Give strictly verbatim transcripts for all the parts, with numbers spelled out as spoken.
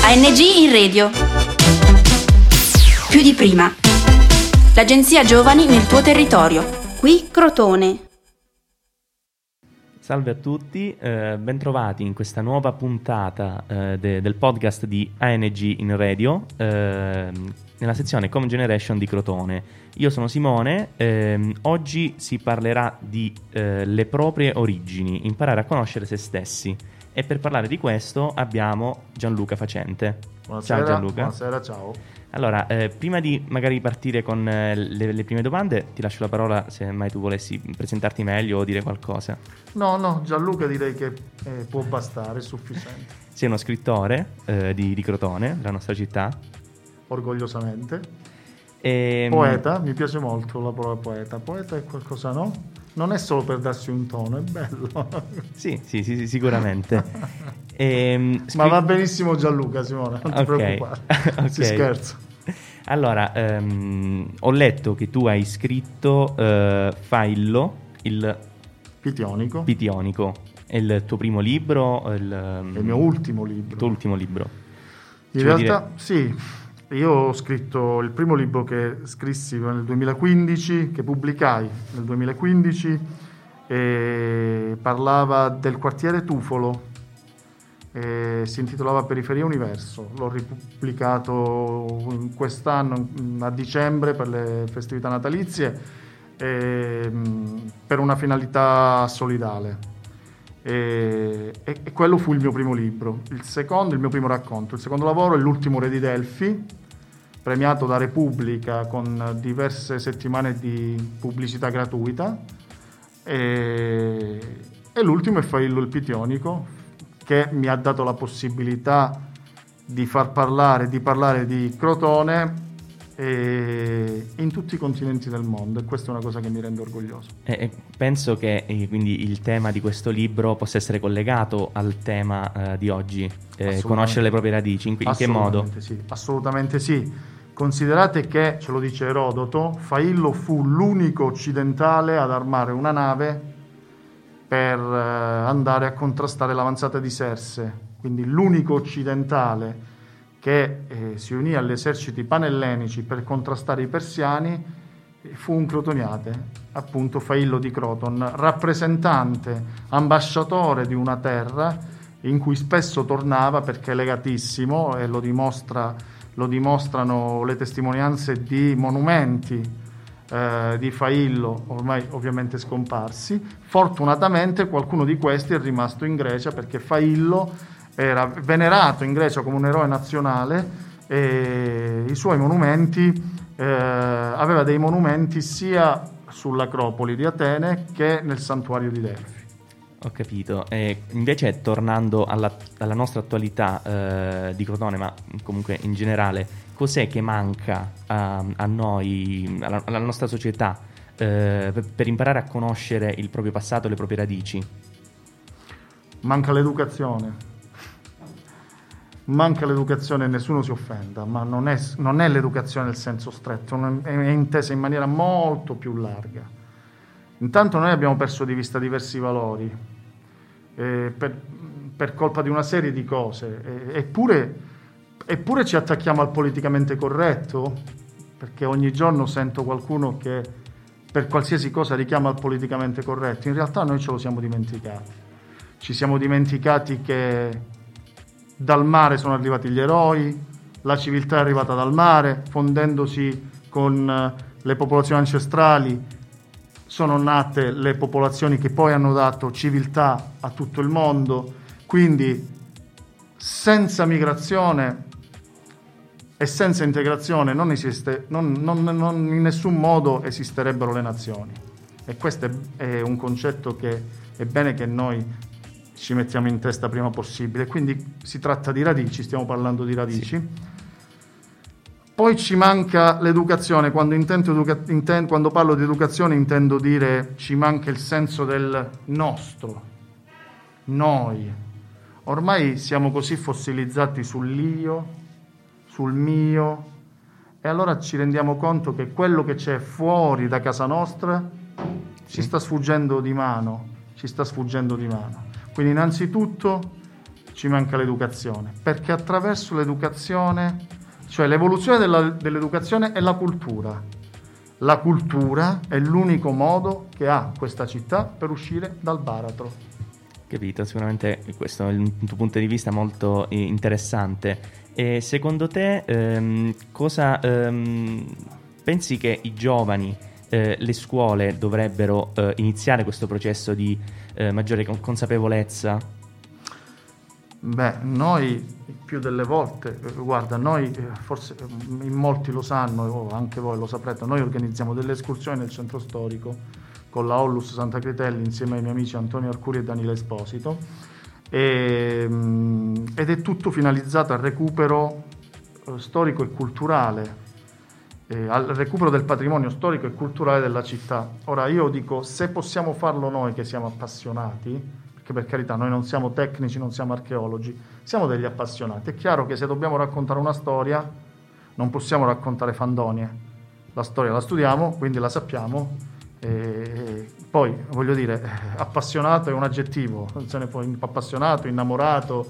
A N G in radio. Più di prima. L'agenzia Giovani nel tuo territorio. Qui Crotone. Salve a tutti, eh, bentrovati in questa nuova puntata eh, de- del podcast di A N G in radio, eh, nella sezione Common Generation di Crotone. Io sono Simone, ehm, oggi si parlerà di eh, le proprie origini, imparare a conoscere se stessi. E per parlare di questo abbiamo Gianluca Facente. Buonasera, ciao Gianluca. Buonasera, ciao. Allora, eh, prima di magari partire con eh, le, le prime domande, ti lascio la parola se mai tu volessi presentarti meglio o dire qualcosa. No, no, Gianluca direi che eh, può bastare, è sufficiente. Sei uno scrittore eh, di, di Crotone, della nostra città. Orgogliosamente. E, Poeta, mi piace molto la parola poeta. Poeta è qualcosa, no? Non è solo per darsi un tono, è bello. Sì, sì, sì, sì sicuramente. E, scri- Ma va benissimo Gianluca, Simone, non ti Ok. preoccupare. Ok. Si scherza. Allora, ehm, ho letto che tu hai scritto eh, Faillo, il Pitionico. Pitionico. È il tuo primo libro? Il, È il mio ultimo libro. Il tuo ultimo libro. In Ci vuoi realtà, sì. Io ho scritto il primo libro che scrissi nel duemilaquindici, che pubblicai nel duemilaquindici, e parlava del quartiere Tufolo, e si intitolava Periferia Universo. L'ho ripubblicato quest'anno a dicembre per le festività natalizie, e, per una finalità solidale. E, e, e quello fu il mio primo libro. Il secondo, il mio primo racconto. Il secondo lavoro è L'ultimo re di Delfi, premiato da Repubblica con diverse settimane di pubblicità gratuita, e, e l'ultimo è Faillo il Pitionico, che mi ha dato la possibilità di far parlare, di parlare di Crotone e in tutti i continenti del mondo, e questa è una cosa che mi rende orgoglioso. E penso che eh, quindi il tema di questo libro possa essere collegato al tema eh, di oggi, eh, conoscere le proprie radici. In, in che modo? Sì, assolutamente sì. Considerate che, ce lo dice Erodoto, Faillo fu l'unico occidentale ad armare una nave per eh, andare a contrastare l'avanzata di Serse, quindi l'unico occidentale che eh, si unì agli eserciti panellenici per contrastare i persiani fu un crotoniate, appunto Faillo di Croton, rappresentante, ambasciatore di una terra in cui spesso tornava perché è legatissimo, e lo dimostra, lo dimostrano le testimonianze di monumenti eh, di Faillo, ormai ovviamente scomparsi. Fortunatamente qualcuno di questi è rimasto in Grecia, perché Faillo era venerato in Grecia come un eroe nazionale, e i suoi monumenti, eh, aveva dei monumenti sia sull'Acropoli di Atene che nel santuario di Delfi. Ho capito. E invece, tornando alla, alla nostra attualità eh, di Crotone, ma comunque in generale, cos'è che manca a, a noi, alla, alla nostra società, eh, per, per imparare a conoscere il proprio passato e le proprie radici? Manca l'educazione. Manca l'educazione, nessuno si offenda, ma non è, non è l'educazione nel senso stretto, è intesa in maniera molto più larga. Intanto noi abbiamo perso di vista diversi valori, eh, per, per colpa di una serie di cose, eh, eppure, eppure ci attacchiamo al politicamente corretto, perché ogni giorno sento qualcuno che per qualsiasi cosa richiama al politicamente corretto. In realtà noi ce lo siamo dimenticati. Ci siamo dimenticati che dal mare sono arrivati gli eroi, la civiltà è arrivata dal mare, fondendosi con le popolazioni ancestrali sono nate le popolazioni che poi hanno dato civiltà a tutto il mondo. Quindi senza migrazione e senza integrazione non esiste, non, non, non in nessun modo esisterebbero le nazioni, e questo è, è un concetto che è bene che noi ci mettiamo in testa prima possibile. Quindi si tratta di radici, stiamo parlando di radici. Sì. Poi ci manca l'educazione. Quando, intendo educa- intendo, quando parlo di educazione intendo dire ci manca il senso del nostro, noi. Ormai siamo così fossilizzati sull'io, sul mio, e allora ci rendiamo conto che quello che c'è fuori da casa nostra sì. ci sta sfuggendo di mano, ci sta sfuggendo di mano. Quindi innanzitutto ci manca l'educazione, perché attraverso l'educazione, cioè l'evoluzione della, dell'educazione è la cultura. La cultura è l'unico modo che ha questa città per uscire dal baratro. Capito, sicuramente questo è un tuo punto di vista molto eh, interessante. E secondo te ehm, cosa ehm, pensi che i giovani, eh, le scuole dovrebbero eh, iniziare questo processo di eh, maggiore consapevolezza? Beh, noi più delle volte, guarda, noi forse in molti lo sanno, o anche voi lo saprete, noi organizziamo delle escursioni nel centro storico con la Ollus Santa Critelli insieme ai miei amici Antonio Arcuri e Daniele Esposito, e, ed è tutto finalizzato al recupero storico e culturale, eh, al recupero del patrimonio storico e culturale della città. Ora io dico, se possiamo farlo noi che siamo appassionati, che per carità noi non siamo tecnici, non siamo archeologi, siamo degli appassionati. È chiaro che se dobbiamo raccontare una storia non possiamo raccontare fandonie, la storia la studiamo, quindi la sappiamo, e poi voglio dire, appassionato è un aggettivo, se ne può, appassionato, innamorato,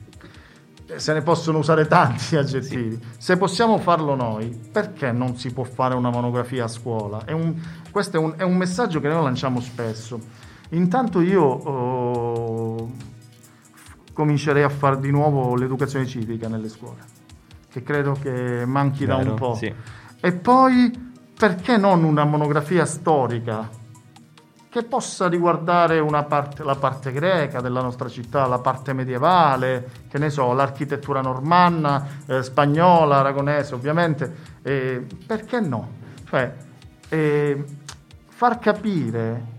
se ne possono usare tanti aggettivi. Sì. Se possiamo farlo noi, perché non si può fare una monografia a scuola? È un, questo è un, è un messaggio che noi lanciamo spesso. Intanto io oh, comincerei a fare di nuovo l'educazione civica nelle scuole, che credo che manchi Vero, da un po'. Sì. E poi, perché non una monografia storica che possa riguardare una parte, la parte greca della nostra città, la parte medievale, che ne so, l'architettura normanna, eh, spagnola, aragonese ovviamente, eh, perché no? Cioè, eh, far capire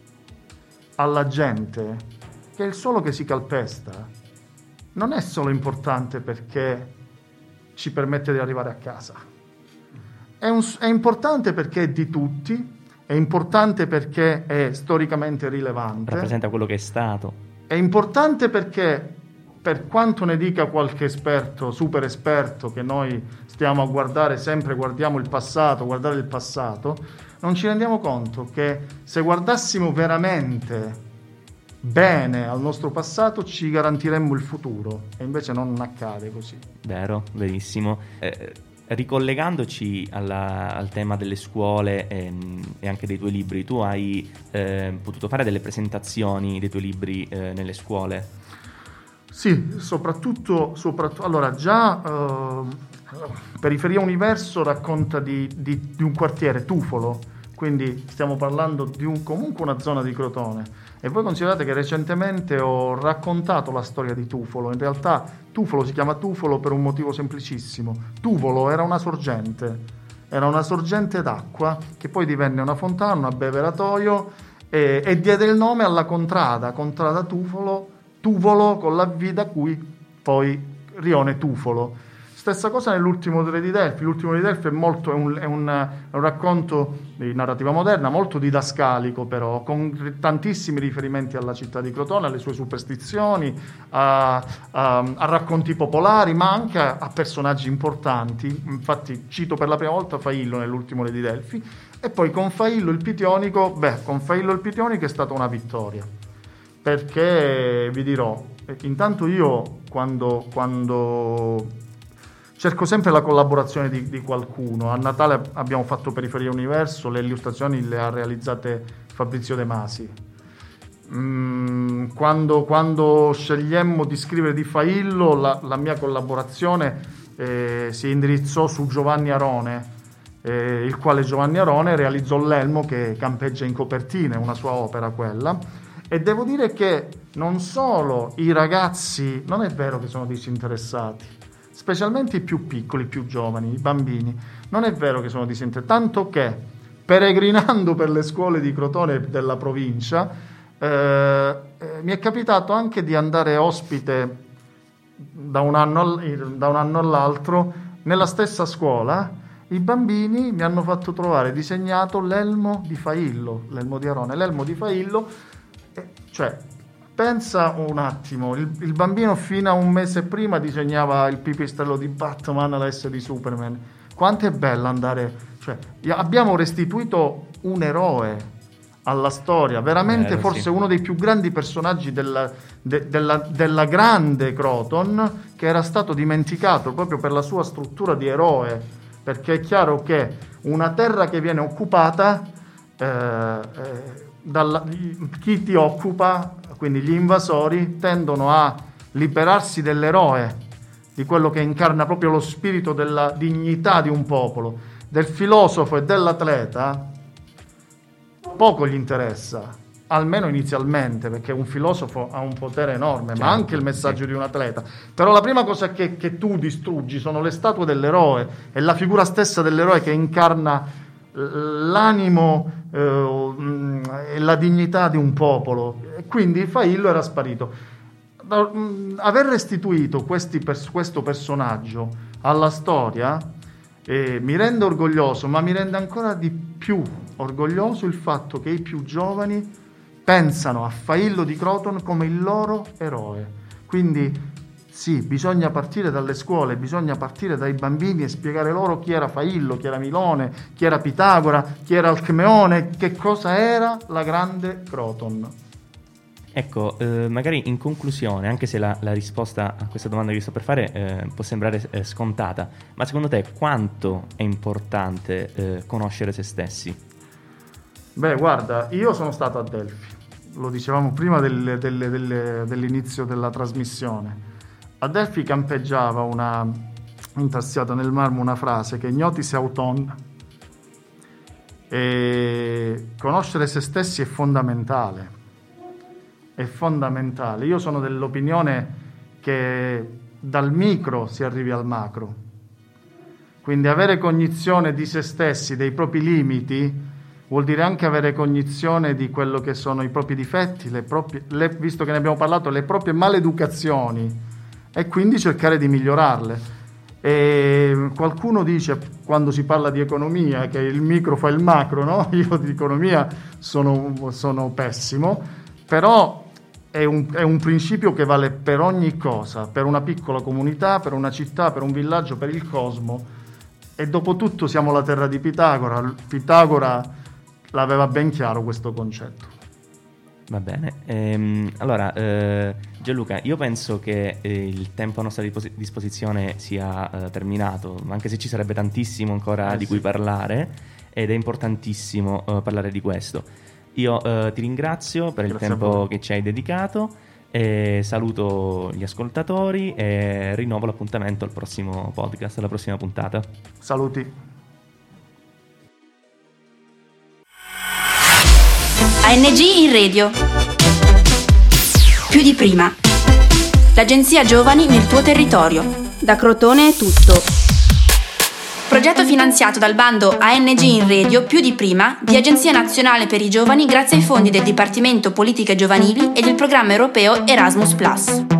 alla gente che il suolo che si calpesta non è solo importante perché ci permette di arrivare a casa, è, un, è importante perché è di tutti, è importante perché è storicamente rilevante, rappresenta quello che è stato, è importante perché, per quanto ne dica qualche esperto, super esperto, che noi stiamo a guardare sempre, guardiamo il passato, guardare il passato, non ci rendiamo conto che se guardassimo veramente bene al nostro passato ci garantiremmo il futuro, e invece non accade così. Vero, verissimo. Eh, ricollegandoci alla, al tema delle scuole e, e anche dei tuoi libri, tu hai eh, potuto fare delle presentazioni dei tuoi libri eh, nelle scuole? Sì, soprattutto, soprattutto allora già eh, Periferia Universo racconta di, di, di un quartiere, Tufolo, quindi stiamo parlando di un, comunque una zona di Crotone. E voi considerate che recentemente ho raccontato la storia di Tufolo. In realtà Tufolo si chiama Tufolo per un motivo semplicissimo. Tufolo era una sorgente, era una sorgente d'acqua che poi divenne una fontana, un abbeveratoio, e, e diede il nome alla contrada, contrada Tufolo, Tuvolo con la V, da cui poi Rione Tufolo. Stessa cosa nell'ultimo Re di Delfi. L'ultimo Re di Delfi è, molto, è, un, è, un, è un racconto di narrativa moderna, molto didascalico però, con tantissimi riferimenti alla città di Crotone, alle sue superstizioni, a, a, a racconti popolari, ma anche a, a personaggi importanti. Infatti cito per la prima volta Faillo nell'ultimo Re di Delfi, e poi con Faillo il Pitionico, beh, con Faillo il Pitionico è stata una vittoria, perché vi dirò, intanto io quando... quando cerco sempre la collaborazione di, di qualcuno. A Natale abbiamo fatto Periferia Universo, le illustrazioni le ha realizzate Fabrizio De Masi. Mm, quando, quando scegliemmo di scrivere di Faillo, la, la mia collaborazione eh, si indirizzò su Giovanni Arone, eh, il quale Giovanni Arone realizzò l'elmo che campeggia in copertina, è una sua opera quella. E devo dire che non solo i ragazzi, non è vero che sono disinteressati, specialmente i più piccoli, i più giovani, i bambini, non è vero che sono disinteressati, tanto che peregrinando per le scuole di Crotone e della provincia eh, eh, mi è capitato anche di andare ospite da un anno, al, da un anno all'altro nella stessa scuola. I bambini mi hanno fatto trovare disegnato l'elmo di Faillo, l'elmo di Arone, l'elmo di Faillo, eh, cioè pensa un attimo, il, il bambino fino a un mese prima disegnava il pipistrello di Batman, la S di Superman. Quanto è bello andare, cioè abbiamo restituito un eroe alla storia, veramente Vero, forse sì. uno dei più grandi personaggi della, de, della, della grande Croton, che era stato dimenticato proprio per la sua struttura di eroe, perché è chiaro che una terra che viene occupata, eh, eh, dalla, chi ti occupa, quindi gli invasori, tendono a liberarsi dell'eroe, di quello che incarna proprio lo spirito della dignità di un popolo. Del filosofo e dell'atleta poco gli interessa, almeno inizialmente, perché un filosofo ha un potere enorme, certo, ma anche il messaggio sì. di un atleta. Però la prima cosa che, che tu distruggi sono le statue dell'eroe, è la figura stessa dell'eroe che incarna l'animo eh, e la dignità di un popolo. E quindi Faillo era sparito. Da, mh, aver restituito questi pers- questo personaggio alla storia eh, mi rende orgoglioso, ma mi rende ancora di più orgoglioso il fatto che i più giovani pensano a Faillo di Croton come il loro eroe. Quindi sì, bisogna partire dalle scuole, bisogna partire dai bambini e spiegare loro chi era Faillo, chi era Milone, chi era Pitagora, chi era Alcmeone, che cosa era la grande Croton. Ecco, eh, magari in conclusione, anche se la, la risposta a questa domanda che vi sto per fare eh, può sembrare eh, scontata, ma secondo te quanto è importante eh, conoscere se stessi? Beh, guarda, io sono stato a Delfi, lo dicevamo prima del, del, del, dell'inizio della trasmissione. A Delfi campeggiava una, intarsiata nel marmo, una frase che ignotis auton, e conoscere se stessi è fondamentale. È fondamentale. Io sono dell'opinione che dal micro si arrivi al macro. Quindi avere cognizione di se stessi, dei propri limiti, vuol dire anche avere cognizione di quello che sono i propri difetti, le proprie, le, visto che ne abbiamo parlato, le proprie maleducazioni, e quindi cercare di migliorarle. E qualcuno dice, quando si parla di economia, che il micro fa il macro, no? Io di economia sono, sono pessimo, però è un, è un principio che vale per ogni cosa, per una piccola comunità, per una città, per un villaggio, per il cosmo. E dopo tutto siamo la terra di Pitagora. Pitagora l'aveva ben chiaro questo concetto. Va bene, ehm, allora eh, Gianluca, io penso che eh, il tempo a nostra dipos- disposizione sia eh, terminato, anche se ci sarebbe tantissimo ancora eh, di sì. cui parlare, ed è importantissimo eh, parlare di questo. Io eh, ti ringrazio per Grazie il tempo che ci hai dedicato, e saluto gli ascoltatori e rinnovo l'appuntamento al prossimo podcast, alla prossima puntata. Saluti. A N G in radio. Più di prima. L'agenzia Giovani nel tuo territorio. Da Crotone è tutto. Progetto finanziato dal bando A N G in radio più di prima di Agenzia Nazionale per i Giovani grazie ai fondi del Dipartimento Politiche Giovanili e del programma europeo Erasmus plus.